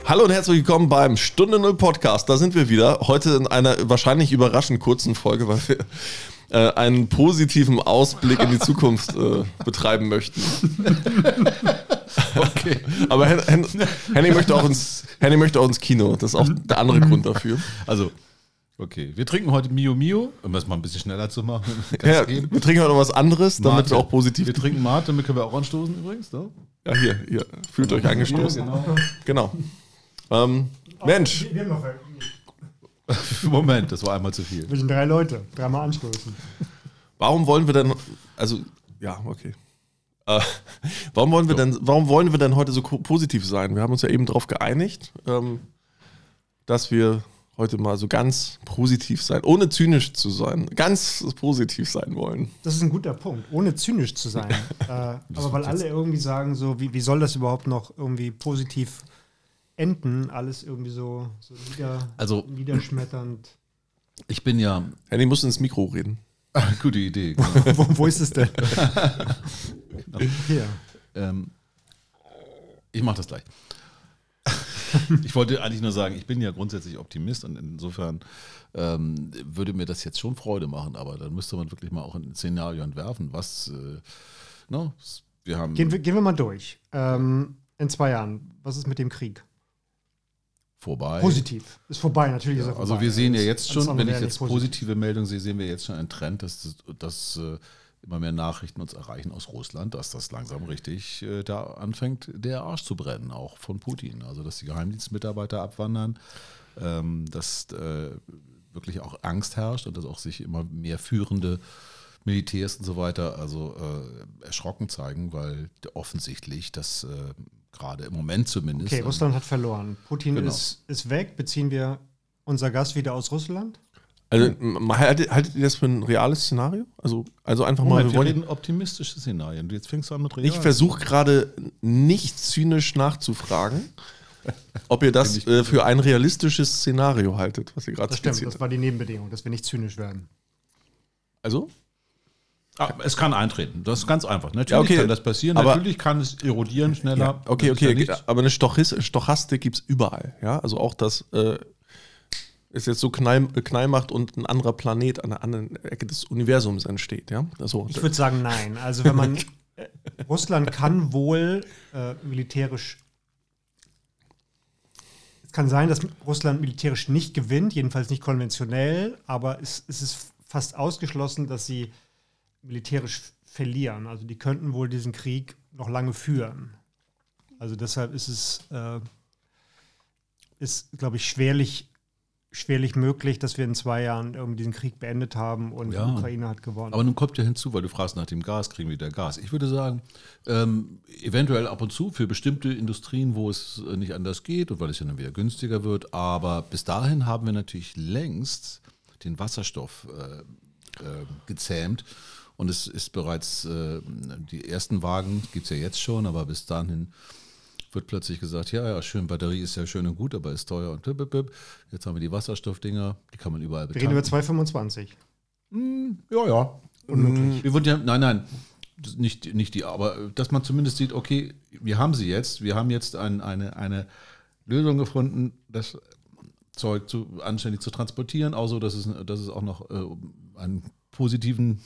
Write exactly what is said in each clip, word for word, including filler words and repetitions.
Hallo und herzlich willkommen beim Stunde Null Podcast. Da sind wir wieder. Heute in einer wahrscheinlich überraschend kurzen Folge, weil wir äh, einen positiven Ausblick in die Zukunft äh, betreiben möchten. Okay. Aber Hen- Hen- Henning möchte auch ins, Henning möchte auch ins Kino. Das ist auch der andere Grund dafür. Also, okay. Wir trinken heute Mio Mio, um das mal ein bisschen schneller zu machen. Ja, wir trinken heute noch was anderes, damit Mate. wir auch positiv. Wir trinken Mate, damit können wir auch anstoßen übrigens. Ne? Ja, hier, hier. Fühlt euch angestoßen. Genau. Genau. Ähm, Mensch. Wir haben noch Moment, das war einmal zu viel. wir sind drei Leute, dreimal anstoßen. Warum wollen wir denn, also, ja, okay. Äh, warum wollen wir denn, warum wollen wir denn heute so ko- positiv sein? Wir haben uns ja eben darauf geeinigt, ähm, dass wir heute mal so ganz positiv sein, ohne zynisch zu sein, ganz positiv sein wollen. Das ist ein guter Punkt, ohne zynisch zu sein. äh, aber weil alle irgendwie sagen, so wie, wie soll das überhaupt noch irgendwie positiv enden? Alles irgendwie so, so nieder, Also- niederschmetternd. Ich bin ja. Henning muss ins Mikro reden. Gute Idee. Genau. wo, wo ist es denn? Hier. ähm, ich mache das gleich. Ich wollte eigentlich nur sagen, ich bin ja grundsätzlich Optimist und insofern ähm, würde mir das jetzt schon Freude machen, aber dann müsste man wirklich mal auch ein Szenario entwerfen, was äh, no, wir haben. Gehen, wir, gehen wir mal durch. Ähm, in zwei Jahren, was ist mit dem Krieg? vorbei. Positiv. Ist vorbei, natürlich ist Ja, er vorbei. also wir sehen ja jetzt Alles schon, andere wenn ich wäre jetzt nicht positive Meldungen sehe, sehen wir jetzt schon einen Trend, dass, das, dass äh, immer mehr Nachrichten uns erreichen aus Russland, dass das langsam richtig äh, da anfängt, der Arsch zu brennen, auch von Putin. Also dass die Geheimdienstmitarbeiter abwandern, ähm, dass äh, wirklich auch Angst herrscht und dass auch sich immer mehr führende Militärs und so weiter also äh, erschrocken zeigen, weil offensichtlich das äh, gerade im Moment zumindest. Okay, Russland hat verloren. Putin Genau. ist, ist weg. Beziehen wir unser Gas wieder aus Russland? Also, m- haltet, haltet ihr das für ein reales Szenario? Also, also einfach mal, Moment, wir wir wollen, reden optimistische Szenarien. Du jetzt fängst du an mit real. ich versuche gerade nicht zynisch nachzufragen, ob ihr das äh, für ein realistisches Szenario haltet, was ihr gerade Das stimmt, skizziert das habt. war die Nebenbedingung, dass wir nicht zynisch werden. Also? Ah, es kann eintreten. Das ist ganz einfach. Natürlich Ja, okay. kann das passieren. Aber- Natürlich kann es erodieren schneller. Ja, okay, Das ist okay, ja nicht- aber eine Stochis- Stochastik gibt es überall. Ja? Also auch das äh, ist jetzt so Knall, Knall macht und ein anderer Planet an der anderen Ecke des Universums entsteht. Ja? Also, Ich würde sagen, nein. Also wenn man äh, Russland kann wohl äh, militärisch. Es kann sein, dass Russland militärisch nicht gewinnt, jedenfalls nicht konventionell, aber es, es ist fast ausgeschlossen, dass sie militärisch verlieren. Also die könnten wohl diesen Krieg noch lange führen. Also deshalb ist es, äh, ist, glaube ich, schwerlich, schwerlich möglich, dass wir in zwei Jahren irgendwie diesen Krieg beendet haben und Ja. die Ukraine hat gewonnen. Aber nun kommt ja hinzu, weil du fragst nach dem Gas, kriegen wir wieder Gas. Ich würde sagen, ähm, eventuell ab und zu für bestimmte Industrien, wo es äh, nicht anders geht und weil es ja dann wieder günstiger wird. Aber bis dahin haben wir natürlich längst den Wasserstoff äh, äh, gezähmt. Und es ist bereits, äh, die ersten Wagen gibt es ja jetzt schon, aber bis dahin wird plötzlich gesagt, ja, ja, schön, Batterie ist ja schön und gut, aber ist teuer und bip, bip. Jetzt haben wir die Wasserstoffdinger, die kann man überall wir reden über betanken. zwei Komma fünfundzwanzig. Ja, ja. Unmöglich. Wir würden ja, nein, nein, das- nicht, nicht die, aber dass man zumindest sieht, okay, wir haben sie jetzt, wir haben jetzt ein, eine, eine Lösung gefunden, das Zeug zu, anständig zu transportieren, auch so, dass es, dass es auch noch äh, einen positiven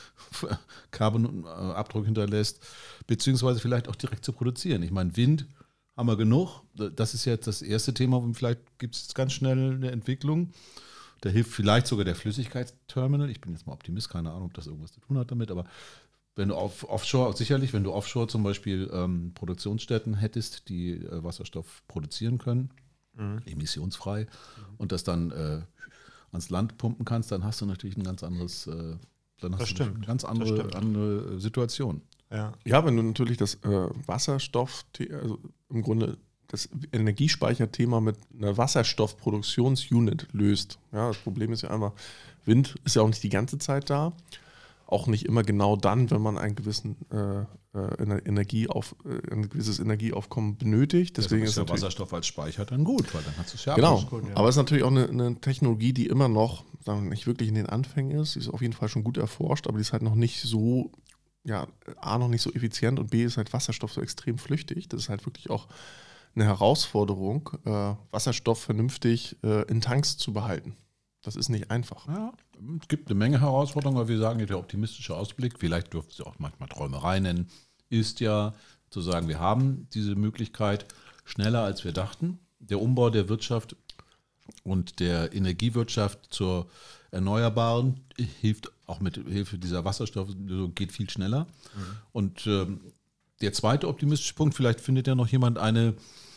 Carbon-Abdruck hinterlässt, beziehungsweise vielleicht auch direkt zu produzieren. Ich meine, Wind haben wir genug, das ist jetzt das erste Thema, und vielleicht gibt es ganz schnell eine Entwicklung. Da hilft vielleicht sogar der Flüssigkeitsterminal. Ich bin jetzt mal Optimist, keine Ahnung, ob das irgendwas zu tun hat damit, aber wenn du auf Offshore, sicherlich, wenn du Offshore zum Beispiel ähm, Produktionsstätten hättest, die äh, Wasserstoff produzieren können, Mhm. emissionsfrei, und das dann äh, ans Land pumpen kannst, dann hast du natürlich ein ganz anderes, äh, dann hast Das du stimmt, eine ganz das andere, stimmt. andere Situation. Ja. ja, wenn du natürlich das äh, Wasserstoff, also im Grunde das Energiespeicherthema mit einer Wasserstoffproduktionsunit löst. Ja, das Problem ist ja einfach, Wind ist ja auch nicht die ganze Zeit da. Auch nicht immer genau dann, wenn man einen gewissen äh, äh, Energie auf, äh, ein gewisses Energieaufkommen benötigt. Deswegen ist ist der natürlich, Wasserstoff als Speicher dann gut, weil dann hast du es ja genau. abgeschlossen. gut, ja. Aber es ist natürlich auch eine, eine Technologie, die immer noch, sagen wir, nicht wirklich in den Anfängen ist. Die ist auf jeden Fall schon gut erforscht, aber die ist halt noch nicht so, ja, A, noch nicht so effizient und B, ist halt Wasserstoff so extrem flüchtig. Das ist halt wirklich auch eine Herausforderung, äh, Wasserstoff vernünftig äh, in Tanks zu behalten. Das ist nicht einfach. Ja, es gibt eine Menge Herausforderungen, aber wir sagen ja, der optimistische Ausblick, vielleicht dürfen Sie auch manchmal Träumerei nennen, ist ja zu sagen, wir haben diese Möglichkeit schneller als wir dachten. Der Umbau der Wirtschaft und der Energiewirtschaft zur Erneuerbaren hilft auch mit Hilfe dieser Wasserstofflösung, geht viel schneller. Mhm. Und ähm, der zweite optimistische Punkt, vielleicht findet ja noch jemand eine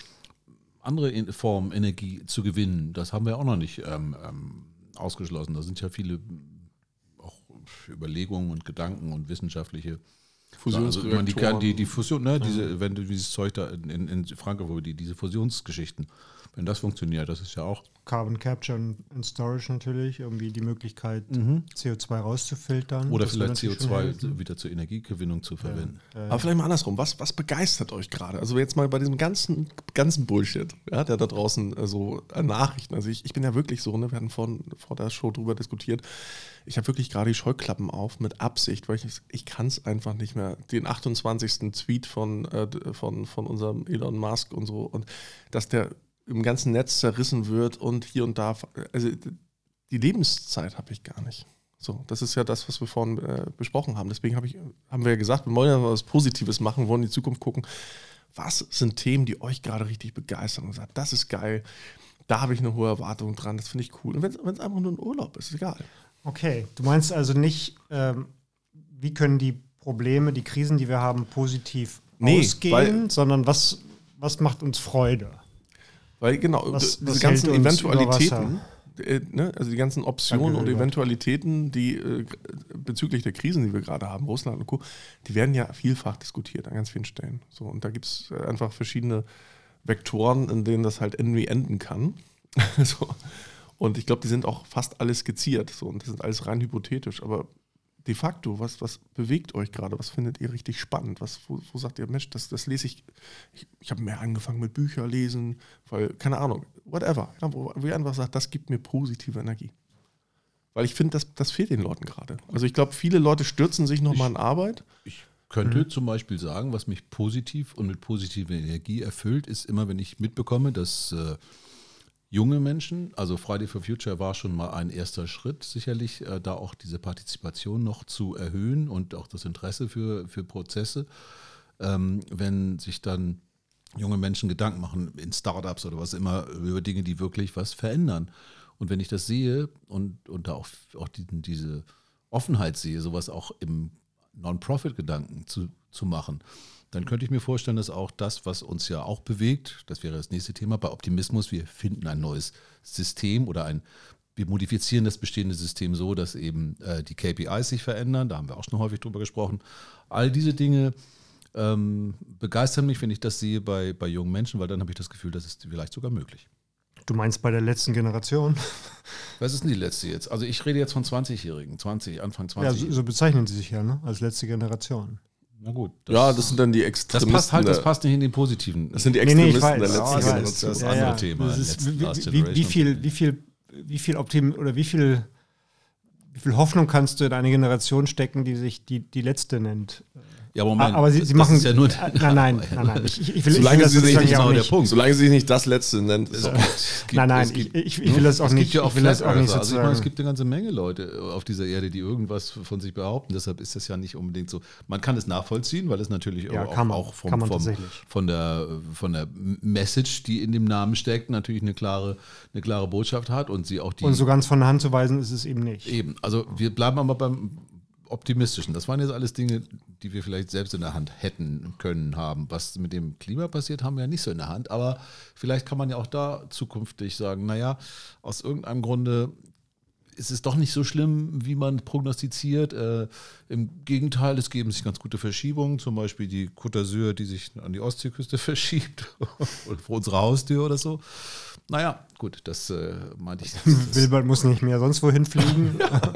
andere Form, Energie zu gewinnen. Das haben wir auch noch nicht ähm, ähm, ausgeschlossen. Da sind ja viele auch Überlegungen und Gedanken und wissenschaftliche Fusionsreaktoren. Also, die, die, die Fusion, ne, diese, wenn du dieses Zeug da in, in Frankreich, wo die, diese Fusionsgeschichten, wenn das funktioniert, das ist ja auch. Carbon Capture and Storage natürlich, irgendwie die Möglichkeit, mhm. C O zwei rauszufiltern. Oder vielleicht C O zwei wieder zur Energiegewinnung zu verwenden. Ja, äh, Aber vielleicht mal andersrum, was, was begeistert euch gerade? Also jetzt mal bei diesem ganzen, ganzen Bullshit, ja, der da draußen äh, so äh, Nachrichten, also ich, ich bin ja wirklich so, ne, wir hatten vor, vor der Show drüber diskutiert, ich habe wirklich gerade die Scheuklappen auf mit Absicht, weil ich, ich kann es einfach nicht mehr. Den achtundzwanzigsten Tweet von, äh, von, von unserem Elon Musk und so, und dass der im ganzen Netz zerrissen wird und hier und da, also die Lebenszeit habe ich gar nicht. So, das ist ja das, was wir vorhin äh, besprochen haben. Deswegen hab ich, haben wir ja gesagt, wir wollen ja was Positives machen, wollen in die Zukunft gucken. Was sind Themen, die euch gerade richtig begeistern und sagt, das ist geil, da habe ich eine hohe Erwartung dran, das finde ich cool. Und wenn es einfach nur ein Urlaub ist, ist egal. Okay, du meinst also nicht, ähm, wie können die Probleme, die Krisen, die wir haben, positiv nee, ausgehen, weil, sondern was, was macht uns Freude? Weil genau, was, diese was ganzen Eventualitäten, äh, ne, also die ganzen Optionen und Eventualitäten, die äh, bezüglich der Krisen, die wir gerade haben, Russland und Co., die werden ja vielfach diskutiert an ganz vielen Stellen. So, und da gibt es äh, einfach verschiedene Vektoren, in denen das halt irgendwie enden kann. so. Und ich glaube, die sind auch fast alle skizziert. So, und das sind alles rein hypothetisch. Aber de facto, was, was bewegt euch gerade? Was findet ihr richtig spannend? Was, wo, wo sagt ihr, Mensch, das, das lese ich. Ich, ich habe mehr angefangen mit Bücher lesen, weil, keine Ahnung, whatever. Ja, wo, wo ihr einfach sagt, das gibt mir positive Energie. Weil ich finde, das, das fehlt den Leuten gerade. Also ich glaube, viele Leute stürzen sich nochmal in Arbeit. Ich könnte mhm. zum Beispiel sagen, was mich positiv und mit positiver Energie erfüllt, ist immer, wenn ich mitbekomme, dass äh, junge Menschen, also Friday for Future war schon mal ein erster Schritt, sicherlich äh, da auch diese Partizipation noch zu erhöhen und auch das Interesse für, für Prozesse. Ähm, wenn sich dann junge Menschen Gedanken machen in Startups oder was immer über Dinge, die wirklich was verändern. Und wenn ich das sehe und, und da auch, auch die, diese Offenheit sehe, sowas auch im Non-Profit-Gedanken zu, zu machen, dann könnte ich mir vorstellen, dass auch das, was uns ja auch bewegt, das wäre das nächste Thema, bei Optimismus, wir finden ein neues System oder ein, wir modifizieren das bestehende System so, dass eben äh, die K P Is sich verändern, da haben wir auch schon häufig drüber gesprochen. All diese Dinge ähm, begeistern mich, wenn ich das sehe bei, bei jungen Menschen, weil dann habe ich das Gefühl, das ist vielleicht sogar möglich. Du meinst bei der letzten Generation? Was ist denn die letzte jetzt? Also ich rede jetzt von zwanzigjährigen, zwanzig, Anfang zwanzig. Ja, so, so bezeichnen sie sich ja, ne? Als letzte Generation. Na gut. Das ja, das sind dann die Extremisten. Das passt halt, das passt nicht in den positiven. Das sind die Extremisten nee, nee, der letzten ja, Generation. Das ist das ja, andere ja. Thema. Das ist, wie, wie, wie viel, wie viel, wie viel Optim oder wie viel, wie viel Hoffnung kannst du in eine Generation stecken, die sich die, die letzte nennt? Ja, Moment, aber sie, das, sie machen, das ist ja nur nein, nein, nein, nein. Ich, ich will, solange ich will sie das sich nicht, genau auch nicht. der Punkt. Solange sie sich nicht das letzte nennt. Es gibt, es gibt, nein, nein, es gibt, ich, ich will das auch es nicht. Gibt ja auch ich will das auch nicht also ich meine, es sozusagen. gibt eine ganze Menge Leute auf dieser Erde, die irgendwas von sich behaupten. Deshalb ist das ja nicht unbedingt so. Man kann es nachvollziehen, weil es natürlich Ja, auch, kann man, auch vom, kann man vom, tatsächlich. von, der, von der Message, die in dem Namen steckt, natürlich eine klare, eine klare Botschaft hat und sie auch die. Und so ganz von der Hand zu weisen ist es eben nicht. Eben, also wir bleiben aber beim Optimistischen. Das waren jetzt alles Dinge, die wir vielleicht selbst in der Hand hätten können haben. Was mit dem Klima passiert, haben wir ja nicht so in der Hand. Aber vielleicht kann man ja auch da zukünftig sagen, naja, aus irgendeinem Grunde ist es doch nicht so schlimm, wie man prognostiziert. Äh, Im Gegenteil, es geben sich ganz gute Verschiebungen, zum Beispiel die Côte d'Azur, die sich an die Ostseeküste verschiebt oder vor unsere Haustür oder so. Naja, gut, das äh, meinte ich. Wilbert muss nicht mehr sonst wohin fliegen.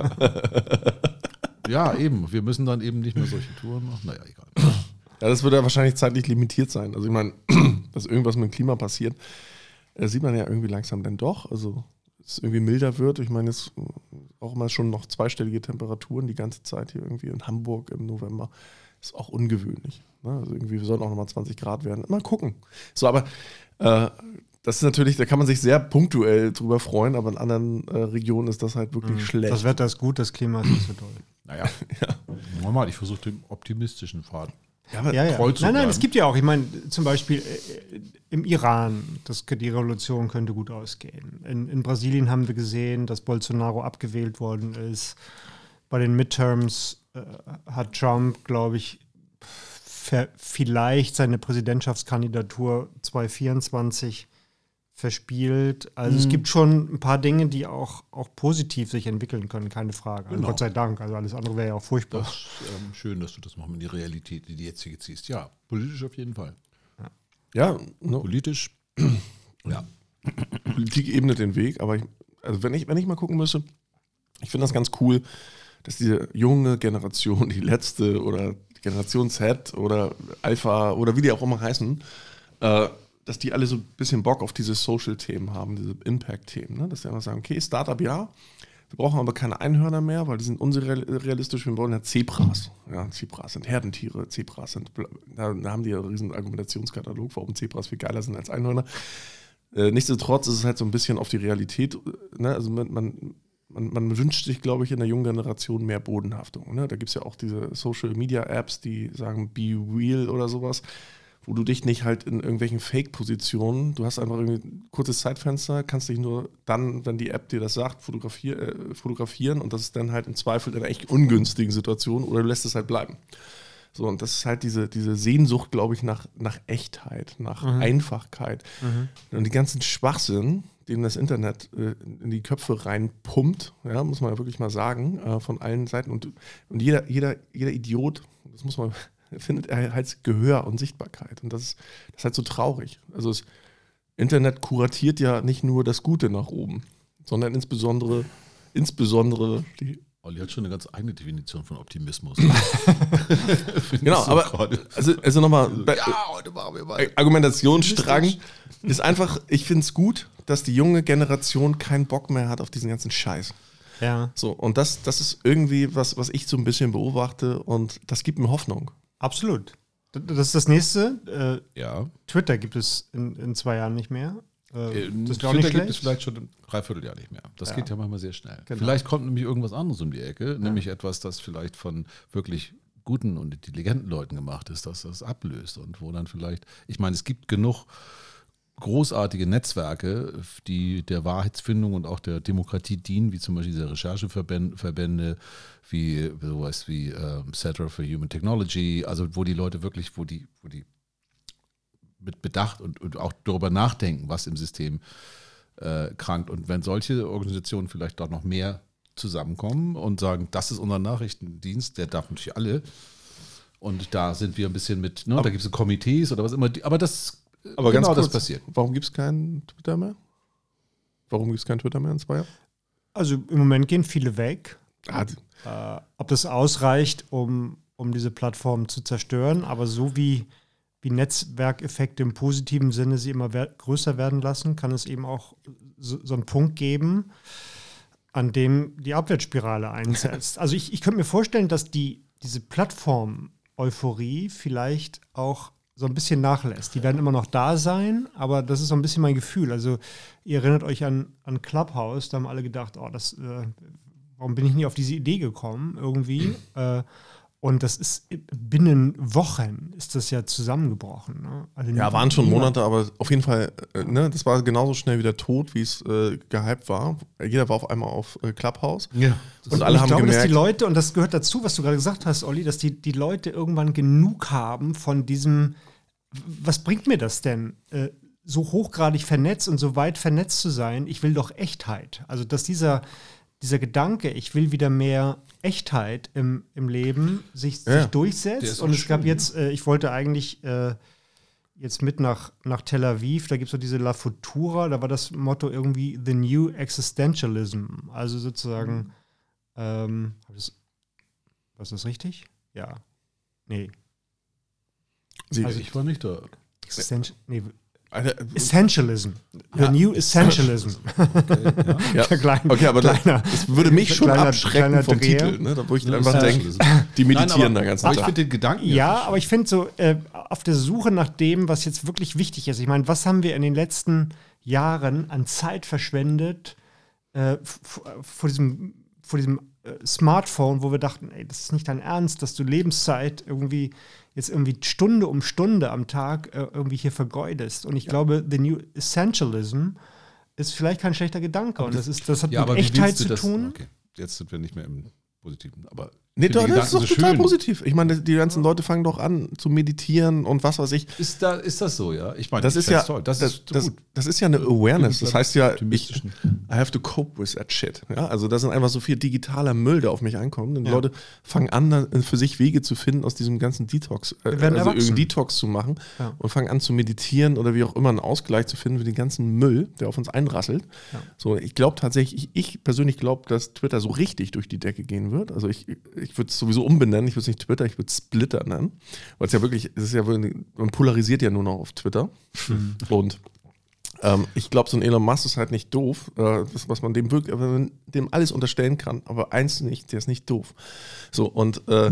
Ja, eben. Wir müssen dann eben nicht mehr solche Touren machen. Naja, egal. Ja, das wird ja wahrscheinlich zeitlich limitiert sein. Also ich meine, dass irgendwas mit dem Klima passiert, das sieht man ja irgendwie langsam dann doch. Also es irgendwie milder wird. Ich meine, es auch immer schon noch zweistellige Temperaturen die ganze Zeit hier irgendwie in Hamburg im November. Ist auch ungewöhnlich. Ne? Also irgendwie, wir sollten auch nochmal zwanzig Grad werden. Mal gucken. So, aber äh, das ist natürlich, da kann man sich sehr punktuell drüber freuen, aber in anderen äh, Regionen ist das halt wirklich Mhm. schlecht. Das Wetter ist gut, das Klima ist nicht so toll. Naja, ja. Normal, ich versuche den optimistischen Pfad. Ja, aber Ja, ja. treu zu Nein, nein, bleiben. es gibt ja auch, ich meine, zum Beispiel äh, im Iran, das, die Revolution könnte gut ausgehen. In, in Brasilien haben wir gesehen, dass Bolsonaro abgewählt worden ist. Bei den Midterms äh, hat Trump, glaube ich, ver, vielleicht seine Präsidentschaftskandidatur zwanzig vierundzwanzig verspielt. Also Mhm. es gibt schon ein paar Dinge, die auch, auch positiv sich entwickeln können, keine Frage. Also Genau. Gott sei Dank, also alles andere wäre ja auch furchtbar. Das ist ähm, schön, dass du das mal in die Realität, in die jetzige ziehst. Ja, politisch auf jeden Fall. ja, ne, Politisch, ja. Politik ebnet den Weg, aber ich, also wenn ich, wenn ich mal gucken müsste, ich finde das ganz cool, dass diese junge Generation, die letzte oder die Generation Z oder Alpha oder wie die auch immer heißen, äh, dass die alle so ein bisschen Bock auf diese Social-Themen haben, diese Impact-Themen. Ne? Dass die einfach sagen, okay, Startup ja, wir brauchen aber keine Einhörner mehr, weil die sind unrealistisch, wir wollen ja Zebras. Ja, Zebras sind Herdentiere, Zebras sind, da, da haben die ja einen riesen Argumentationskatalog, warum Zebras viel geiler sind als Einhörner. Äh, nichtsdestotrotz ist es halt so ein bisschen auf die Realität, ne? Also man, man, man, man wünscht sich, glaube ich, in der jungen Generation mehr Bodenhaftung. Ne? Da gibt es ja auch diese Social-Media-Apps, die sagen Be Real oder sowas, wo du dich nicht halt in irgendwelchen Fake-Positionen, du hast einfach irgendwie ein kurzes Zeitfenster, kannst dich nur dann, wenn die App dir das sagt, fotografier, äh, fotografieren und das ist dann halt im Zweifel in einer echt ungünstigen Situation oder du lässt es halt bleiben. So, und das ist halt diese, diese Sehnsucht, glaube ich, nach, nach Echtheit, nach Mhm. Einfachkeit. Mhm. Und die ganzen Schwachsinn, den das Internet äh, in die Köpfe reinpumpt, ja, muss man ja wirklich mal sagen, äh, von allen Seiten. Und, und jeder, jeder, jeder Idiot, das muss man, findet er halt Gehör und Sichtbarkeit. Und das ist, das ist halt so traurig. Also das Internet kuratiert ja nicht nur das Gute nach oben, sondern insbesondere, insbesondere die. Olli hat schon eine ganz eigene Definition von Optimismus. Genau, so aber gerade. also, also nochmal, Ja, heute machen wir mal. Argumentationsstrang ist einfach, ich finde es gut, dass die junge Generation keinen Bock mehr hat auf diesen ganzen Scheiß. Ja, So, und das, das ist irgendwie was, was ich so ein bisschen beobachte und das gibt mir Hoffnung. absolut. D- Das ist das nächste. Äh, Ja. Twitter gibt es in, in zwei Jahren nicht mehr. Äh, Äh, das wäre auch Twitter nicht gibt schlecht. es vielleicht schon ein Dreivierteljahr nicht mehr. Das Ja. geht ja manchmal sehr schnell. Genau. Vielleicht kommt nämlich irgendwas anderes um die Ecke, nämlich etwas, das vielleicht von wirklich guten und intelligenten Leuten gemacht ist, dass das ablöst und wo dann vielleicht, ich meine, es gibt genug großartige Netzwerke, die der Wahrheitsfindung und auch der Demokratie dienen, wie zum Beispiel diese Rechercheverbände, Verbände, wie sowas wie ähm, Center for Human Technology, also wo die Leute wirklich, wo die, wo die mit Bedacht und, und auch darüber nachdenken, was im System äh, krankt. Und wenn solche Organisationen vielleicht dort noch mehr zusammenkommen und sagen, das ist unser Nachrichtendienst, der darf natürlich alle. Und da sind wir ein bisschen mit, ne, da gibt es Komitees oder was immer. Die, aber das, Aber genau ganz das kurz, passiert. Warum gibt es keinen Twitter mehr? Warum gibt es keinen Twitter mehr in zwei Jahren? Also im Moment gehen viele weg. Ah, die- Äh, ob das ausreicht, um, um diese Plattform zu zerstören, aber so wie, wie Netzwerkeffekte im positiven Sinne sie immer wer- größer werden lassen, kann es eben auch so, so einen Punkt geben, an dem die Abwärtsspirale einsetzt. Also ich, ich könnte mir vorstellen, dass die, diese Plattform-Euphorie vielleicht auch so ein bisschen nachlässt. Die werden immer noch da sein, aber das ist so ein bisschen mein Gefühl. Also ihr erinnert euch an, an Clubhouse, da haben alle gedacht, oh, das, äh, warum bin ich nie auf diese Idee gekommen irgendwie? äh, und das ist binnen Wochen ist das ja zusammengebrochen. Ne? Also ja, waren schon niemand- Monate, aber auf jeden Fall, äh, ne, das war genauso schnell wieder tot, wie es äh, gehypt war. Jeder war auf einmal auf äh, Clubhouse. Ja. Und alle ich haben glaube, dass gemerkt, die Leute, und das gehört dazu, was du gerade gesagt hast, Olli, dass die, die Leute irgendwann genug haben von diesem, was bringt mir das denn, äh, so hochgradig vernetzt und so weit vernetzt zu sein? Ich will doch Echtheit. Also, dass dieser, dieser Gedanke, ich will wieder mehr Echtheit im, im Leben, sich, Ja, sich durchsetzt. der ist Und auch es gab schön, jetzt, äh, ich wollte eigentlich äh, jetzt mit nach, nach Tel Aviv, da gibt es so diese La Futura, da war das Motto irgendwie The New Existentialism. Also sozusagen, ähm, hab ich das, was ist das richtig? Ja. Nee. sie, also Ich war nicht da. Existential, nee, Essentialism. The ja. New Essentialism. Okay, ja. Klein, okay, aber kleiner, das würde mich schon kleiner, abschrecken kleiner vom Dreher. Titel, ne? Da wo ich dann einfach denke, die meditieren da ganz Ich finde den Gedanken. Ja, aber ich finde so, äh, auf der Suche nach dem, was jetzt wirklich wichtig ist. Ich meine, was haben wir in den letzten Jahren an Zeit verschwendet äh, vor diesem, vor diesem äh, Smartphone, wo wir dachten, ey, das ist nicht dein Ernst, dass du Lebenszeit irgendwie jetzt irgendwie Stunde um Stunde am Tag äh, irgendwie hier vergeudest. Und ich ja. glaube, the new essentialism ist vielleicht kein schlechter Gedanke. Aber und das, ist, das hat ja, mit Echtheit zu das, tun. Okay. Jetzt sind wir nicht mehr im Positiven. Aber nee, doch, das ist doch so total schön. Positiv. Ich meine, die ganzen Leute fangen doch an zu meditieren und was weiß ich. Ist, da, ist das so, ja? Ich meine, das ist ja toll. Das, das, ist das, das ist ja eine Awareness. Das heißt ja, ich, I have to cope with that shit. Ja, also da sind einfach so viel digitaler Müll, der auf mich ankommt. Und die ja. Leute fangen an, für sich Wege zu finden, aus diesem ganzen Detox, äh, also irgendeinen Detox zu machen ja. und fangen an zu meditieren oder wie auch immer einen Ausgleich zu finden für den ganzen Müll, der auf uns einrasselt. Ja. So, ich glaube tatsächlich, ich, ich persönlich glaube, dass Twitter so richtig durch die Decke gehen wird. Also ich, ich würde es sowieso umbenennen, ich würde es nicht Twitter, ich würde es Splitter nennen. Weil es ja wirklich, es ist ja wirklich, man polarisiert ja nur noch auf Twitter. Mhm. Und ähm, ich glaube, so ein Elon Musk ist halt nicht doof, äh, das, was man dem wirklich, wenn man dem alles unterstellen kann, aber eins nicht, der ist nicht doof. So, und äh,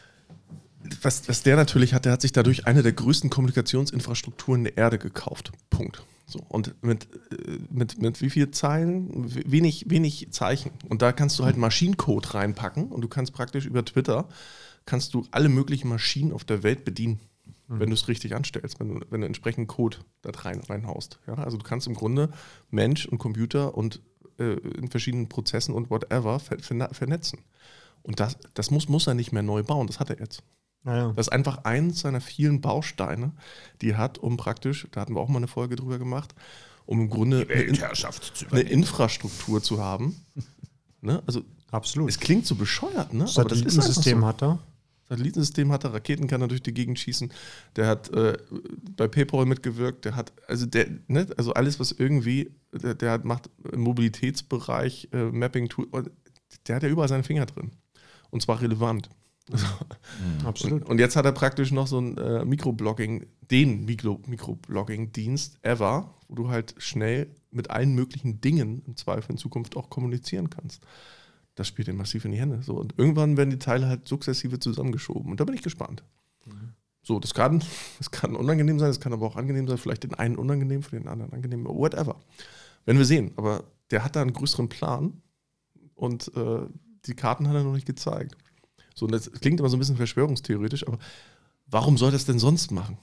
was, was der natürlich hat, der hat sich dadurch eine der größten Kommunikationsinfrastrukturen der Erde gekauft. Punkt. So, und mit, mit, mit wie viel Zeilen? Wenig, wenig Zeichen. Und da kannst du halt Maschinencode reinpacken und du kannst praktisch über Twitter kannst du alle möglichen Maschinen auf der Welt bedienen, mhm. wenn du es richtig anstellst, wenn du, wenn du entsprechend Code da rein, reinhaust. Ja, also du kannst im Grunde Mensch und Computer und äh, in verschiedenen Prozessen und whatever ver, ver, vernetzen. Und das, das muss, muss er nicht mehr neu bauen, das hat er jetzt. Naja. Das ist einfach eins seiner vielen Bausteine, die er hat, um praktisch, da hatten wir auch mal eine Folge drüber gemacht, um im Grunde eine, In- eine Infrastruktur zu haben. Ne? Also absolut. Es klingt so bescheuert, ne? Aber das Satellitensystem so. hat er. Satellitensystem hat er, Raketen kann er durch die Gegend schießen. Der hat äh, bei PayPal mitgewirkt. Der hat also der, ne? also alles was irgendwie, der, der hat, macht im Mobilitätsbereich äh, Mapping Tool. Der hat ja überall seine Finger drin und zwar relevant. Also, mhm. Absolut. Und, und jetzt hat er praktisch noch so ein äh, Mikroblogging, den Mikro, Mikroblogging-Dienst ever, wo du halt schnell mit allen möglichen Dingen im Zweifel in Zukunft auch kommunizieren kannst. Das spielt ihm massiv in die Hände. So, und irgendwann werden die Teile halt sukzessive zusammengeschoben. Und da bin ich gespannt. Mhm. So, das kann, das kann unangenehm sein, das kann aber auch angenehm sein. Vielleicht den einen unangenehm, für den anderen angenehm, whatever. Werden wir sehen. Aber der hat da einen größeren Plan und äh, die Karten hat er noch nicht gezeigt. So, und das klingt immer so ein bisschen verschwörungstheoretisch, aber warum soll das denn sonst machen?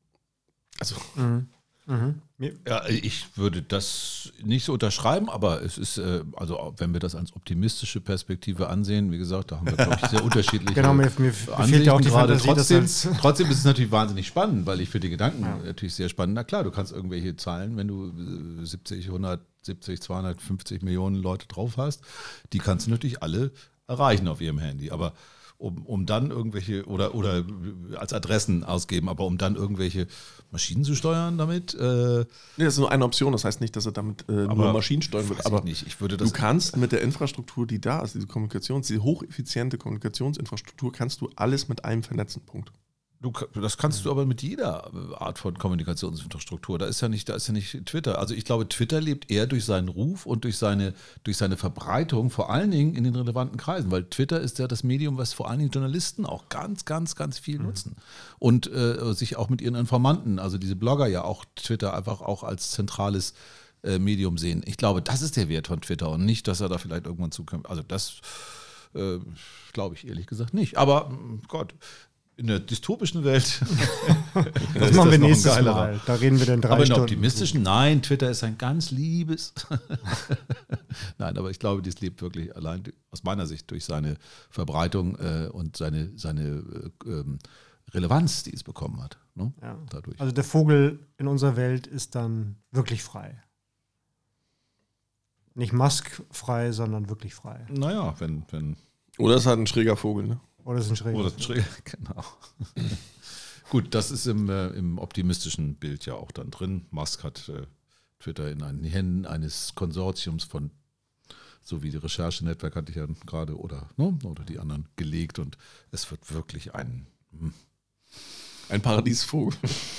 Also. Mhm. Mhm. Ja, ich würde das nicht so unterschreiben, aber es ist, äh, also wenn wir das als optimistische Perspektive ansehen, wie gesagt, da haben wir, glaube ich, sehr unterschiedliche genau, mir, mir fehlt ja auch die gerade. Fantasie, trotzdem, trotzdem ist es natürlich wahnsinnig spannend, weil ich finde die Gedanken ja. natürlich sehr spannend. Na klar, du kannst irgendwelche Zahlen, wenn du siebzig, hundertsiebzig, zweihundertfünfzig Millionen Leute drauf hast, die kannst du natürlich alle erreichen auf ihrem Handy, aber Um, um dann irgendwelche, oder, oder als Adressen ausgeben, aber um dann irgendwelche Maschinen zu steuern damit? Äh nee, das ist nur eine Option, das heißt nicht, dass er damit äh, nur Maschinen steuern wird. Aber ich nicht. Ich würde das du kannst mit der Infrastruktur, die da ist, diese Kommunikations-, diese hocheffiziente Kommunikationsinfrastruktur, kannst du alles mit einem vernetzen, Punkt. Du, das kannst du aber mit jeder Art von Kommunikationsinfrastruktur. Da ist ja nicht, da ist ja nicht Twitter. Also ich glaube, Twitter lebt eher durch seinen Ruf und durch seine, durch seine Verbreitung, vor allen Dingen in den relevanten Kreisen, weil Twitter ist ja das Medium, was vor allen Dingen Journalisten auch ganz, ganz, ganz viel mhm. nutzen und äh, sich auch mit ihren Informanten, also diese Blogger ja auch Twitter einfach auch als zentrales äh, Medium sehen. Ich glaube, das ist der Wert von Twitter und nicht, dass er da vielleicht irgendwann zukommt. Also das äh, glaube ich ehrlich gesagt nicht. Aber Gott, in der dystopischen Welt. Das machen wir nächstes Mal. Da reden wir dann drei aber Stunden. Aber in der optimistischen, nein, Twitter ist ein ganz liebes. Nein, aber ich glaube, dies lebt wirklich allein aus meiner Sicht durch seine Verbreitung äh, und seine, seine äh, ähm, Relevanz, die es bekommen hat. Ne? Ja. Dadurch. Also der Vogel in unserer Welt ist dann wirklich frei. Nicht Musk frei, sondern wirklich frei. Naja, wenn, wenn. Oder es ist halt ein schräger Vogel, ne? Oder ist ein schräger. Oder ist ein schräger, genau. Gut, das ist im, äh, im optimistischen Bild ja auch dann drin. Musk hat äh, Twitter in den Händen eines Konsortiums von, so wie die Recherche-Netzwerk hatte ich ja gerade, oder, ne, oder die anderen gelegt und es wird wirklich ein... Hm. Ein Paradiesvogel.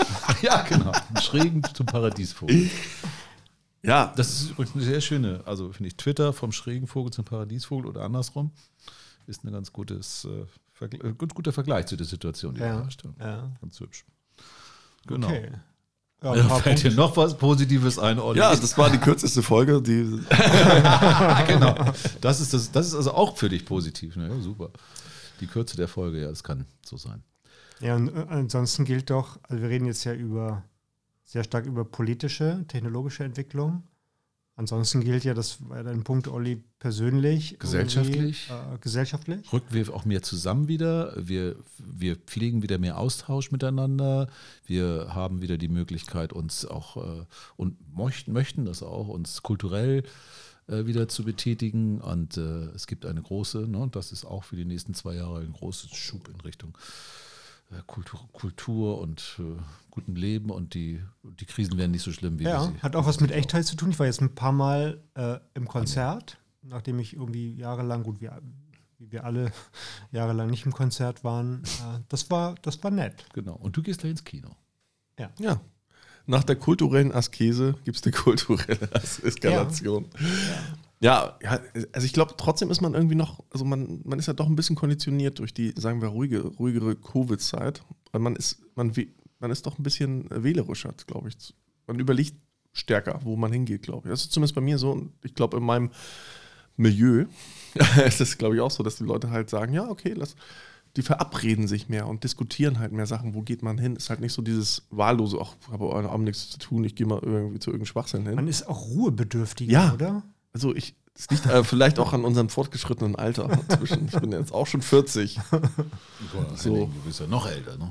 Ja, genau. Schrägen zum Paradiesvogel. Ja. Das ist übrigens eine sehr schöne, also finde ich, Twitter vom schrägen Vogel zum Paradiesvogel oder andersrum, ist ein ganz, gutes, äh, Vergl- ganz guter Vergleich zu der Situation, die Ja, wir herrscht. ja. Ganz hübsch. Genau. Okay. Ja, ein Ja, paar fällt dir Punkte. noch was Positives ein, Olli? Ja, das war die kürzeste Folge. Die Genau. Das ist, das, das ist also auch für dich positiv. Ne? Ja, super. Die Kürze der Folge, ja, das kann so sein. Ja, und äh, ansonsten gilt doch, also wir reden jetzt ja über sehr stark über politische, technologische Entwicklung. Ansonsten gilt ja, das war ja dein Punkt, Olli, persönlich. Gesellschaftlich. Äh, gesellschaftlich. Rücken wir auch mehr zusammen wieder. Wir, wir pflegen wieder mehr Austausch miteinander. Wir haben wieder die Möglichkeit, uns auch äh, und möchten, möchten das auch, uns kulturell äh, wieder zu betätigen. Und äh, es gibt eine große, ne, das ist auch für die nächsten zwei Jahre ein großes Schub in Richtung äh, Kultur, Kultur und äh, guten Leben. Und die, die Krisen werden nicht so schlimm, wie wir Ja, sie hat auch was mit Echtheit zu tun. Ich war jetzt ein paar Mal äh, im Konzert, nachdem ich irgendwie jahrelang, gut, wir, wie wir alle jahrelang nicht im Konzert waren. Äh, das war, das war nett. Genau. Und du gehst gleich ins Kino. ja. Nach der kulturellen Askese gibt es eine kulturelle As- Eskalation. Ja, ja, also ich glaube, trotzdem ist man irgendwie noch, also man, man ist ja doch ein bisschen konditioniert durch die, sagen wir, ruhige, ruhigere Covid-Zeit. Und man ist, man, we- man ist doch ein bisschen wählerischer, glaube ich. Man überlegt stärker, wo man hingeht, glaube ich. Das ist zumindest bei mir so. Und ich glaube, in meinem Milieu ist es, glaube ich, auch so, dass die Leute halt sagen, ja, okay, lass, die verabreden sich mehr und diskutieren halt mehr Sachen, wo geht man hin. Ist halt nicht so dieses wahllose, ach, ich habe heute Abend nichts zu tun, ich gehe mal irgendwie zu irgendeinem Schwachsinn hin. Man ist auch ruhebedürftiger, Ja. oder? Also ich, es liegt äh, vielleicht auch an unserem fortgeschrittenen Alter inzwischen. Ich bin jetzt auch schon vierzig. Boah, So. Henning, du bist ja noch älter, ne?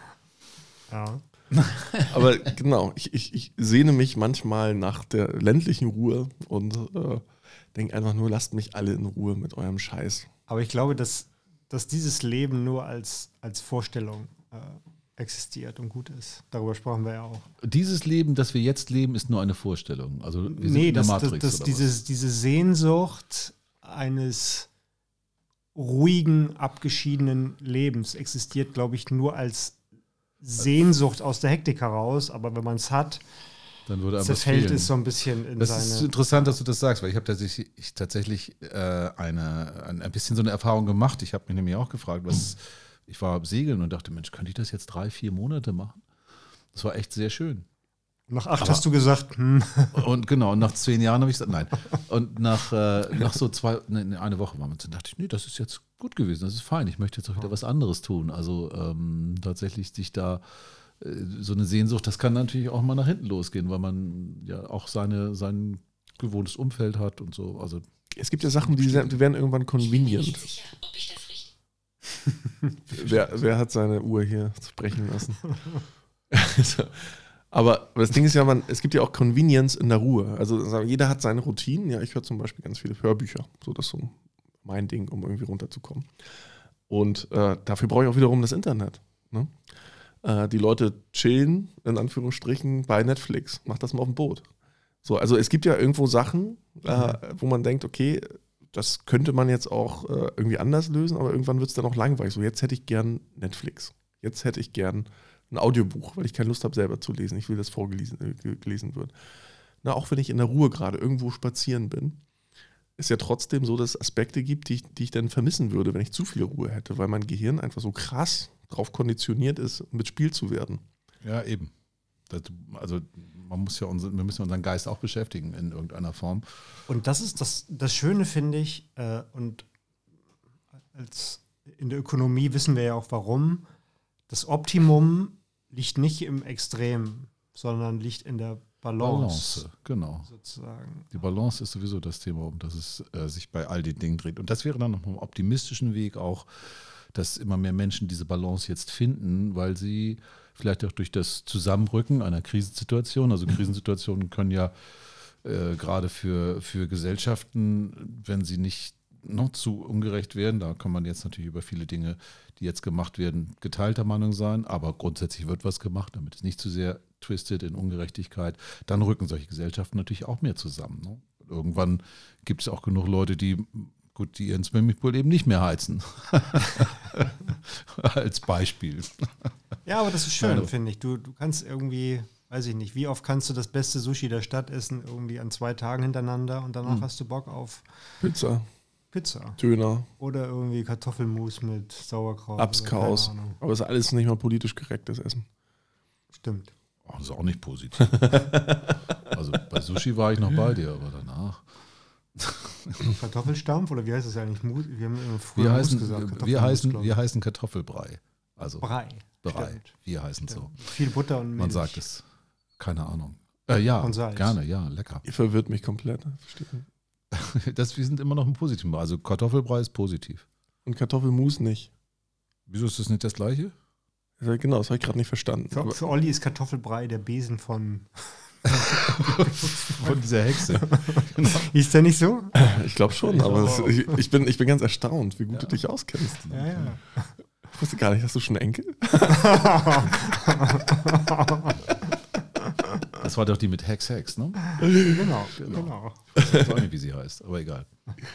Ja. Aber genau, ich, ich, ich sehne mich manchmal nach der ländlichen Ruhe und äh, denke einfach nur, lasst mich alle in Ruhe mit eurem Scheiß. Aber ich glaube, dass, dass dieses Leben nur als, als Vorstellung äh, existiert und gut ist. Darüber sprachen wir ja auch. Dieses Leben, das wir jetzt leben, ist nur eine Vorstellung. Also wir sind Nee, in der das, Matrix. das, das, oder dieses, diese Sehnsucht eines ruhigen, abgeschiedenen Lebens existiert, glaube ich, nur als Sehnsucht aus der Hektik heraus. Aber wenn man es hat, was? Dann würde einem was zerfällt fehlen. es so ein bisschen in Das ist seine... interessant, dass du das sagst, weil ich habe tatsächlich, ich tatsächlich äh, eine, ein, ein bisschen so eine Erfahrung gemacht. Ich habe mich nämlich auch gefragt, was ich war segeln und dachte, Mensch, könnte ich das jetzt drei, vier Monate machen? Das war echt sehr schön. Nach acht Aber- hast du gesagt, hm, Und genau, und nach zehn Jahren habe ich gesagt, nein. Und nach, äh, nach so zwei, ne, eine Woche waren wir, dann dachte ich, nee, das ist jetzt gut gewesen, das ist fein. Ich möchte jetzt auch wieder was anderes tun. Also ähm, tatsächlich sich da äh, so eine Sehnsucht, das kann natürlich auch mal nach hinten losgehen, weil man ja auch seine, sein gewohntes Umfeld hat und so. Also Es gibt ja Sachen, die, se- die werden irgendwann convenient. sicher, ob ich das richtig. Wer, wer hat seine Uhr hier sprechen lassen? Also, aber, aber das Ding ist ja, man, es gibt ja auch Convenience in der Ruhe. Also sagen wir, jeder hat seine Routinen. Ja, ich höre zum Beispiel ganz viele Hörbücher. So, das ist so mein Ding, um irgendwie runterzukommen. Und äh, dafür brauche ich auch wiederum das Internet. Ne? Äh, die Leute chillen, in Anführungsstrichen, bei Netflix. Mach das mal auf dem Boot. So, also es gibt ja irgendwo Sachen, äh, wo man denkt, okay, das könnte man jetzt auch äh, irgendwie anders lösen, aber irgendwann wird es dann auch langweilig. So, jetzt hätte ich gern Netflix. Jetzt hätte ich gern ein Audiobuch, weil ich keine Lust habe, selber zu lesen. Ich will, dass vorgelesen äh, gelesen wird. Na, auch wenn ich in der Ruhe gerade irgendwo spazieren bin, ist ja trotzdem so, dass es Aspekte gibt, die ich, die ich dann vermissen würde, wenn ich zu viel Ruhe hätte, weil mein Gehirn einfach so krass drauf konditioniert ist, mit Spiel zu werden. ja, eben. Das, also man muss ja unseren, wir müssen unseren Geist auch beschäftigen in irgendeiner Form. und das ist das, das Schöne, finde ich, äh, und als in der Ökonomie wissen wir ja auch warum. Das Optimum liegt nicht im Extrem, sondern liegt in der Balance, Balance, genau. sozusagen. Die Balance ist sowieso das Thema, um das es äh, sich bei all den Dingen dreht. Und das wäre dann noch einen optimistischen Weg auch, dass immer mehr Menschen diese Balance jetzt finden, weil sie vielleicht auch durch das Zusammenrücken einer Krisensituation, also Krisensituationen können ja äh, gerade für, für Gesellschaften, wenn sie nicht noch zu ungerecht werden, da kann man jetzt natürlich über viele Dinge, die jetzt gemacht werden, geteilter Meinung sein, aber grundsätzlich wird was gemacht, damit es nicht zu sehr twistet in Ungerechtigkeit, dann rücken solche Gesellschaften natürlich auch mehr zusammen. Ne? Irgendwann gibt es auch genug Leute, die gut, die ihren Swimmingpool eben nicht mehr heizen. Als Beispiel. Ja, aber das ist schön, Hallo. finde ich. Du, du kannst irgendwie, weiß ich nicht, wie oft kannst du das beste Sushi der Stadt essen, irgendwie an zwei Tagen hintereinander und danach Hm. hast du Bock auf Pizza, Pizza. Döner, Oder irgendwie Kartoffelmus mit Sauerkraut. oder Abskaus. keine Ahnung. Aber es ist alles nicht mal politisch korrektes Essen. Stimmt. Oh, das ist auch nicht positiv. Also bei Sushi war ich noch bei dir, aber danach. Kartoffelstampf oder wie heißt das eigentlich? Mus? Wir haben immer früher Wir Mus heißen, gesagt. wir, Kartoffelmus, heißen, glaub ich. wir heißen Kartoffelbrei. Also Brei. Brei. Stimmt. Wir heißen so. Stimmt. Viel Butter und Milch. Man sagt es. Keine Ahnung. Äh, ja, Und Salz. gerne, ja, lecker. Ihr verwirrt mich komplett. Versteht ihr? Das, wir sind immer noch im Positiven. Also Kartoffelbrei ist positiv. Und Kartoffelmus nicht. Wieso ist das nicht das Gleiche? Ja, genau, das habe ich gerade nicht verstanden. Für, Aber für Olli ist Kartoffelbrei der Besen von. Von dieser Hexe. Genau. Hieß der nicht so? ich glaube schon, Ich aber glaub es, ich, ich, bin, ich bin ganz erstaunt, wie gut du dich auskennst. Ja, ja. Ich wusste gar nicht, hast du schon Enkel? Das war doch die mit Hex Hex, ne? genau, genau. Ich weiß auch nicht, wie sie heißt, aber egal.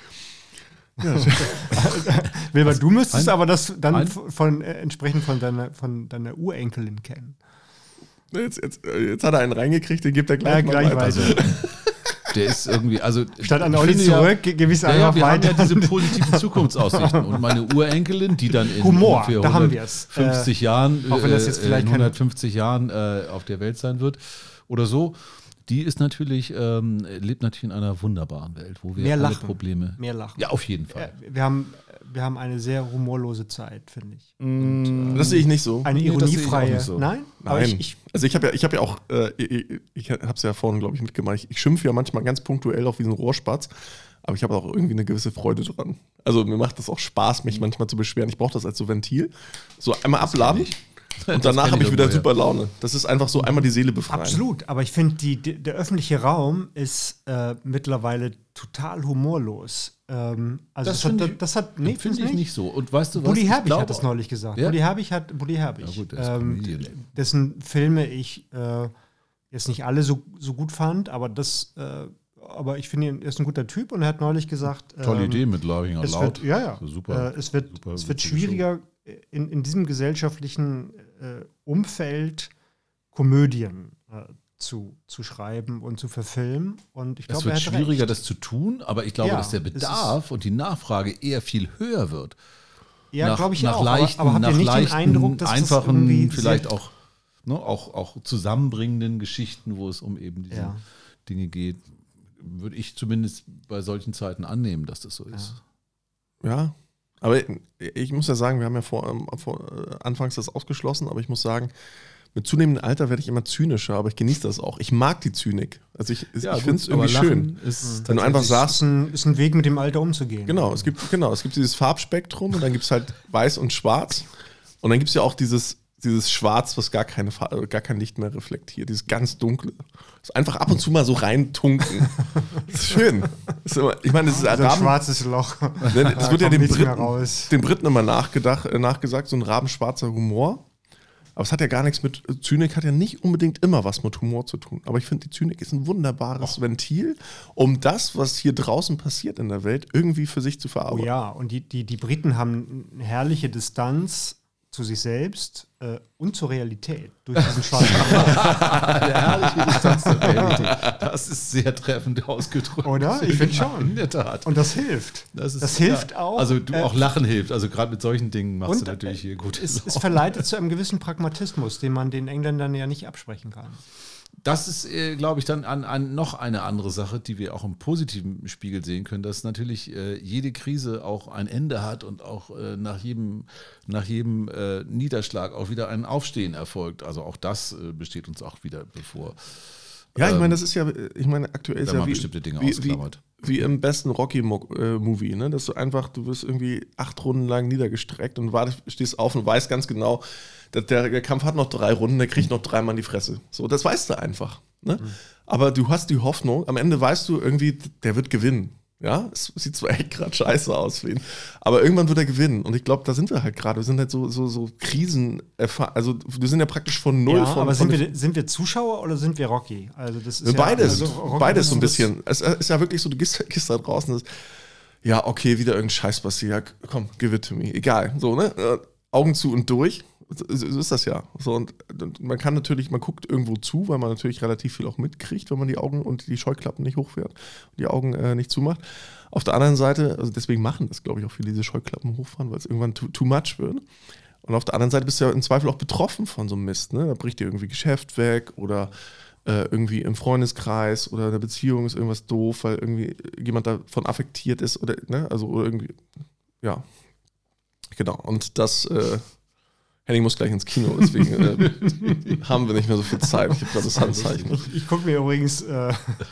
Wilma, du müsstest ein- aber das dann ein- von, äh, entsprechend von deiner, von deiner Urenkelin kennen. Jetzt, jetzt, jetzt hat er einen reingekriegt, den gibt er gleich, Ja, mal gleich weiter. Also, der ist irgendwie, also. Statt an ich Olli finde zurück, ge- gebe ich es Ja, ja, einfach wir haben ja weiter. diese positiven Zukunftsaussichten. Und meine Urenkelin, die dann in Humor, ungefähr da haben wir's. hundertfünfzig Jahren, auch wenn das jetzt äh, vielleicht in keine- hundertfünfzig Jahren äh, auf der Welt sein wird oder so, die ist natürlich, ähm, lebt natürlich in einer wunderbaren Welt, wo wir Mehr alle lachen. Probleme. Mehr lachen. Ja, auf jeden Fall. Äh, wir, haben, wir haben eine sehr humorlose Zeit, finde ich. Das sehe ich nicht so. Eine Nee, das sehe ich auch ironiefreie. nicht so. Nein? Aber Nein. ich, ich, also ich habe ja, ich habe ja auch, äh, ich, ich habe es ja vorhin, glaube ich, mitgemacht. Ich, ich schimpfe ja manchmal ganz punktuell auf diesen Rohrspatz, aber ich habe auch irgendwie eine gewisse Freude dran. Also mir macht das auch Spaß, mich manchmal zu beschweren. Ich brauche das als so Ventil. So einmal abladen und danach kenn habe ich ich wieder irgendwoher. super Laune. Das ist einfach so einmal die Seele befreien. absolut. Aber ich finde, die, die, der öffentliche Raum ist äh, mittlerweile total humorlos. Ähm, also Das das, finde hat, ich- das hat, nee, Finde findest ich du nicht so. Und weißt du was? Bully Ich Herbig glaube hat das neulich gesagt. Ja? Bully Herbig hat Bully Herbig. Ja gut, der ist ähm, Comedian. dessen Filme ich äh, jetzt nicht alle so, so gut fand, aber das, äh, aber ich finde, ihn- er ist ein guter Typ und er hat neulich gesagt, Tolle ähm, Idee mit Laughing Out es Loud. wird, ja, ja. So super. Äh, es wird, super es wird witzige schwieriger, in, in diesem gesellschaftlichen äh, Umfeld Komödien äh, zu, zu schreiben und zu verfilmen. Und ich Es glaube, wird er hat schwieriger, recht. das zu tun, aber ich glaube, Ja, dass der es ist- Bedarf und die Nachfrage eher viel höher wird. Ja, nach, glaube ich nach auch. leichten, aber, aber habt nach ihr nicht leichten, den Eindruck, dass einfachen, das irgendwie vielleicht sehr, auch, ne, auch, auch zusammenbringenden Geschichten, wo es um eben diese Ja. Dinge geht, würde ich zumindest bei solchen Zeiten annehmen, dass das so ist. Ja, aber ich muss ja sagen, wir haben ja vor, ähm, vor äh, anfangs das ausgeschlossen, aber ich muss sagen, mit zunehmendem Alter werde ich immer zynischer, aber ich genieße das auch. Ich mag die Zynik. Also ich, ich finde es irgendwie schön. Ist Wenn du einfach ist, sagst, ein, ist ein Weg, mit dem Alter umzugehen. genau, es gibt, genau, es gibt dieses Farbspektrum und dann gibt es halt weiß und schwarz. Und dann gibt es ja auch dieses, dieses Schwarz, was gar, keine, Fa- gar kein Licht mehr reflektiert, dieses ganz dunkle. Das einfach ab und zu mal so reintunken. Das ist schön. Das ist immer, ich meine, das ist So ein Raben, schwarzes Loch. ne, das wird ja kommt den nichts mehr Briten, raus. den Briten immer nachgedacht, äh, nachgesagt, so ein rabenschwarzer Humor. Aber es hat ja gar nichts mit, Zynik hat ja nicht unbedingt immer was mit Humor zu tun. Aber ich finde, die Zynik ist ein wunderbares Ventil, um das, was hier draußen passiert in der Welt, irgendwie für sich zu Oh verarbeiten. ja, und die, die, die Briten haben eine herrliche Distanz zu sich selbst äh, und zur Realität durch diesen schwarzen Humor. eine herrliche Distanz zur Realität. Das ist sehr treffend ausgedrückt. Oder? Ich finde schon. In der Tat. Und das hilft. Das, ist, das hilft ja. auch. Also du, äh, auch Lachen hilft. Also gerade mit solchen Dingen machst und, du natürlich hier gute Es, es Sachen. verleitet zu einem gewissen Pragmatismus, den man den Engländern ja nicht absprechen kann. Das ist, äh, glaube ich, dann an, an noch eine andere Sache, die wir auch im positiven Spiegel sehen können, dass natürlich äh, jede Krise auch ein Ende hat und auch äh, nach jedem, nach jedem äh, Niederschlag auch wieder ein Aufstehen erfolgt. Also auch das äh, besteht uns auch wieder bevor. Ja, ich Ähm, meine, das ist ja, ich meine, aktuell ist wenn ja man wie, bestimmte Dinge wie, wie, ausklammert. wie im besten Rocky-Movie, ne? Dass du einfach, du wirst irgendwie acht Runden lang niedergestreckt und wartest, stehst auf und weißt ganz genau, dass der, der Kampf hat noch drei Runden, der kriegt noch dreimal in die Fresse. So, das weißt du einfach. Ne? Mhm. Aber du hast die Hoffnung, am Ende weißt du irgendwie, der wird gewinnen. Ja, es sieht zwar echt gerade scheiße aus für ihn, aber irgendwann wird er gewinnen. Und ich glaube, da sind wir halt gerade. Wir sind halt so, so, so Krisen, also wir sind ja praktisch von null. Ja, von, aber von sind wir, sind wir Zuschauer oder sind wir Rocky? Also das ist ja, Beides, also Rocky beides so ein das- bisschen. Es ist ja wirklich so, du gehst, gehst da draußen und das, ja, okay, wieder irgendein Scheiß passiert. Ja, komm, give it to me. Egal. So, ne? Äh, Augen zu und durch. so ist das ja. So, und, und man kann natürlich, man guckt irgendwo zu, weil man natürlich relativ viel auch mitkriegt, wenn man die Augen und die Scheuklappen nicht hochfährt und die Augen äh, nicht zumacht. Auf der anderen Seite, also deswegen machen das, glaube ich, auch viele diese Scheuklappen hochfahren, weil es irgendwann too, too much wird. Und auf der anderen Seite bist du ja im Zweifel auch betroffen von so einem Mist. Ne? Da bricht dir irgendwie Geschäft weg oder äh, irgendwie im Freundeskreis oder in der Beziehung ist irgendwas doof, weil irgendwie jemand davon affektiert ist oder, ne? Also oder irgendwie, ja. Genau. Und das, äh, Henning muss gleich ins Kino, deswegen äh, haben wir nicht mehr so viel Zeit. Ich habe gerade das Handzeichen. Ich, ich gucke mir übrigens äh,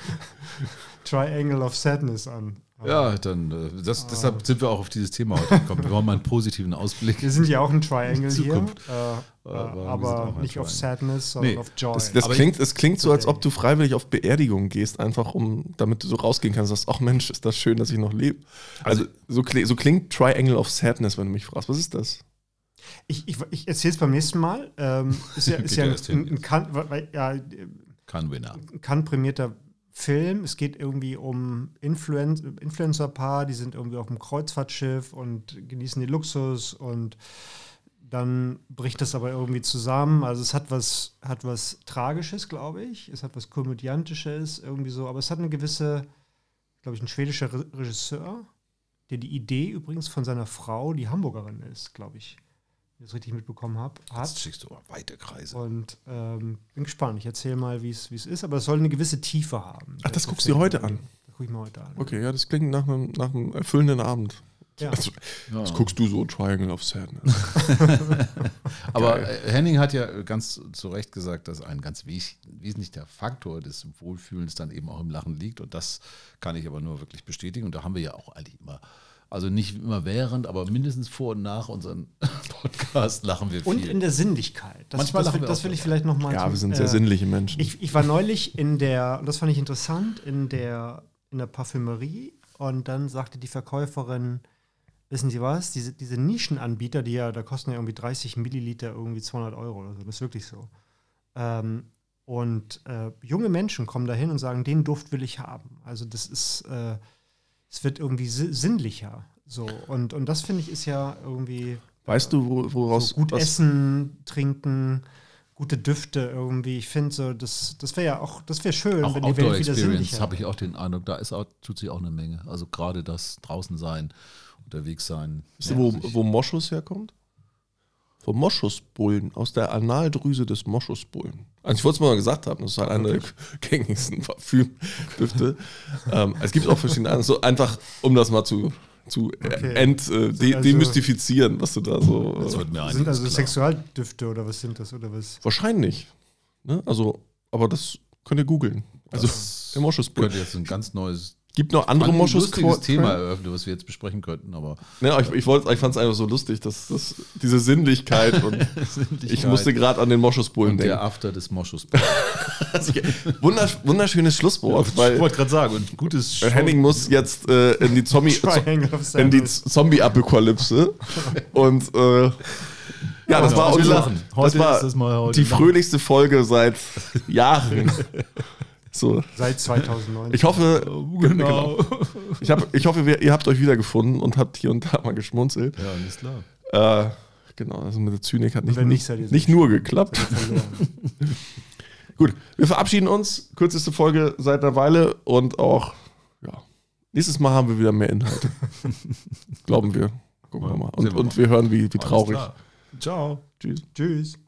Triangle of Sadness an. Ja, dann äh, das, ah. deshalb sind wir auch auf dieses Thema heute gekommen. Wir wollen mal einen positiven Ausblick. Wir sind ja auch ein Triangle hier, äh, aber, aber nicht auf Sadness, sondern nee. auf Joy. Das, das, klingt, das klingt so, als ob du freiwillig auf Beerdigungen gehst, einfach um, damit du so rausgehen kannst und sagst, ach Mensch, ist das schön, dass ich noch lebe. Also, also so, kling, so klingt Triangle of Sadness, wenn du mich fragst. Was ist das? Ich, ich, ich erzähle es beim nächsten Mal. Ähm, ist ja, ist ja ein, ein, ein Cannes ja, Cannes prämierter Film. Es geht irgendwie um Influen- Influencer-Paar, die sind irgendwie auf einem Kreuzfahrtschiff und genießen den Luxus und dann bricht das aber irgendwie zusammen. Also es hat was, hat was Tragisches, glaube ich. Es hat was Komödiantisches, irgendwie so. Aber es hat eine gewisse, glaube ich, ein schwedischer Re- Regisseur, der die Idee übrigens von seiner Frau, die Hamburgerin ist, glaube ich, wenn ich das richtig mitbekommen habe, hat. Das schickst du aber weite Kreise. Und ähm, bin gespannt. Ich erzähle mal, wie es ist. Aber es soll eine gewisse Tiefe haben. Ach, das guckst du dir heute an? Das gucke ich mir heute an. Okay, ja, das klingt nach einem, nach einem erfüllenden Abend. Ja. Also, ja. Das guckst du so, Triangle of Sadness. Aber äh, Henning hat ja ganz zu Recht gesagt, dass ein ganz wes- wesentlicher Faktor des Wohlfühlens dann eben auch im Lachen liegt. Und das kann ich aber nur wirklich bestätigen. Und da haben wir ja auch eigentlich immer, also nicht immer während, aber mindestens vor und nach unserem Podcast lachen wir viel. Und in der Sinnlichkeit. Das, Manchmal das, lachen will, wir das auch will ich so. vielleicht nochmal. Ja, wir sind sehr äh, sinnliche Menschen. Ich, ich war neulich in der, und das fand ich interessant, in der, in der Parfümerie. Und dann sagte die Verkäuferin, wissen Sie was, diese, diese Nischenanbieter, die ja, da kosten ja irgendwie dreißig Milliliter irgendwie zweihundert Euro oder so, das ist wirklich so. Ähm, und äh, junge Menschen kommen da hin und sagen, den Duft will ich haben. Also das ist, äh, es wird irgendwie si- sinnlicher. So. Und, und das, finde ich, ist ja irgendwie... Weißt du, wo, woraus... So gut was essen, trinken, gute Düfte irgendwie. Ich finde so, das, das wäre ja auch, das wäre schön, auch wenn die Welt wieder sinnlicher Experience habe ich auch den Eindruck, da ist auch, tut sich auch eine Menge. Also gerade das draußen sein, unterwegs sein. Weißt du, wo, wo Moschus herkommt? Vom Moschusbullen, aus der Analdrüse des Moschusbullen. Also ich wollte es mal gesagt haben, das ist halt eine der gängigsten Parfümdüfte. ähm, es gibt auch verschiedene, also einfach, um das mal zu, zu Okay. ent, äh, de, also- demystifizieren, was du da so... Das Äh, wird mir sind also klar. Sexualdüfte oder was sind das? Oder was? wahrscheinlich. Ne? Also, aber das könnt ihr googeln. Also Das der Moschusbullen. könnte jetzt ein ganz neues, Gibt noch andere ein Moschus lustiges Thema eröffnen, was wir jetzt besprechen könnten, aber Ja, ich, ich, wollt- ich fand es einfach so lustig, dass, dass diese Sinnlichkeit und ich musste gerade an den Moschusbullen und denken. der After des Moschus. Wundersch wunderschönes Schlusswort, ich weil wollte gerade sagen, und gutes Henning muss jetzt äh, in die Zombie Triangle of in die Sadness. Zombie-Apokalypse und äh, ja, das Ja, war wir unser, lachen. Heute das war ist das mal heute die Lachen. fröhlichste Folge seit Jahren. So, Seit zweitausendneun. ich hoffe, Genau. ich, hab, ich hoffe, wir, ihr habt euch wiedergefunden und habt hier und da mal geschmunzelt. Ja, alles klar. Äh, genau, also mit der Zynik hat nicht, wenn nicht, nicht, seid ihr nicht selbst nur geklappt. verloren. Gut, wir verabschieden uns. Kürzeste Folge seit einer Weile und auch, ja, nächstes Mal haben wir wieder mehr Inhalte. Glauben wir. Gucken wir mal. Und, Sehen wir und mal. wir hören, wie, wie Alles traurig. klar. Ciao. Tschüss. Tschüss.